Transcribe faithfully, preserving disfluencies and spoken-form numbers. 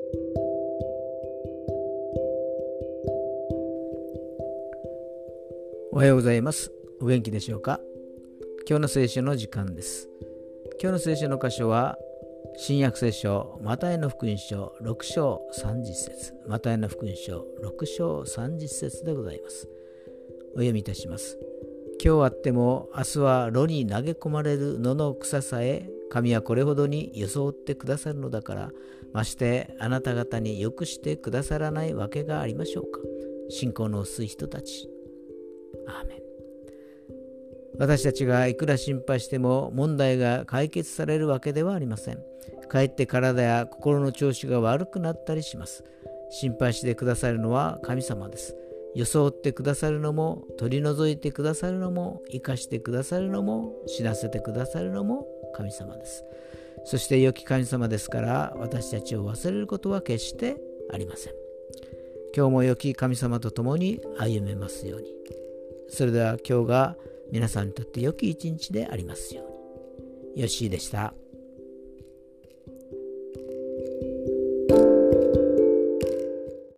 おはようございます。お元気でしょうか。今日の聖書の時間です。今日の聖書の箇所は新約聖書マタイの福音書ろく章さんじゅっ節、マタイの福音書ろく章さんじゅっ節でございます。お読みいたします。今日あっても明日は炉に投げ込まれる野の草さえ神はこれほどに装ってくださるのだから、ましてあなた方によくしてくださらないわけがありましょうか。信仰の薄い人たち。アーメン。私たちがいくら心配しても問題が解決されるわけではありません。かえって体や心の調子が悪くなったりします。心配してくださるのは神様です。装ってくださるのも、取り除いてくださるのも、生かしてくださるのも、知らせてくださるのも神様です。そして良き神様ですから、私たちを忘れることは決してありません。今日も良き神様と共に歩めますように。それでは今日が皆さんにとって良き一日でありますように。よっしーでした。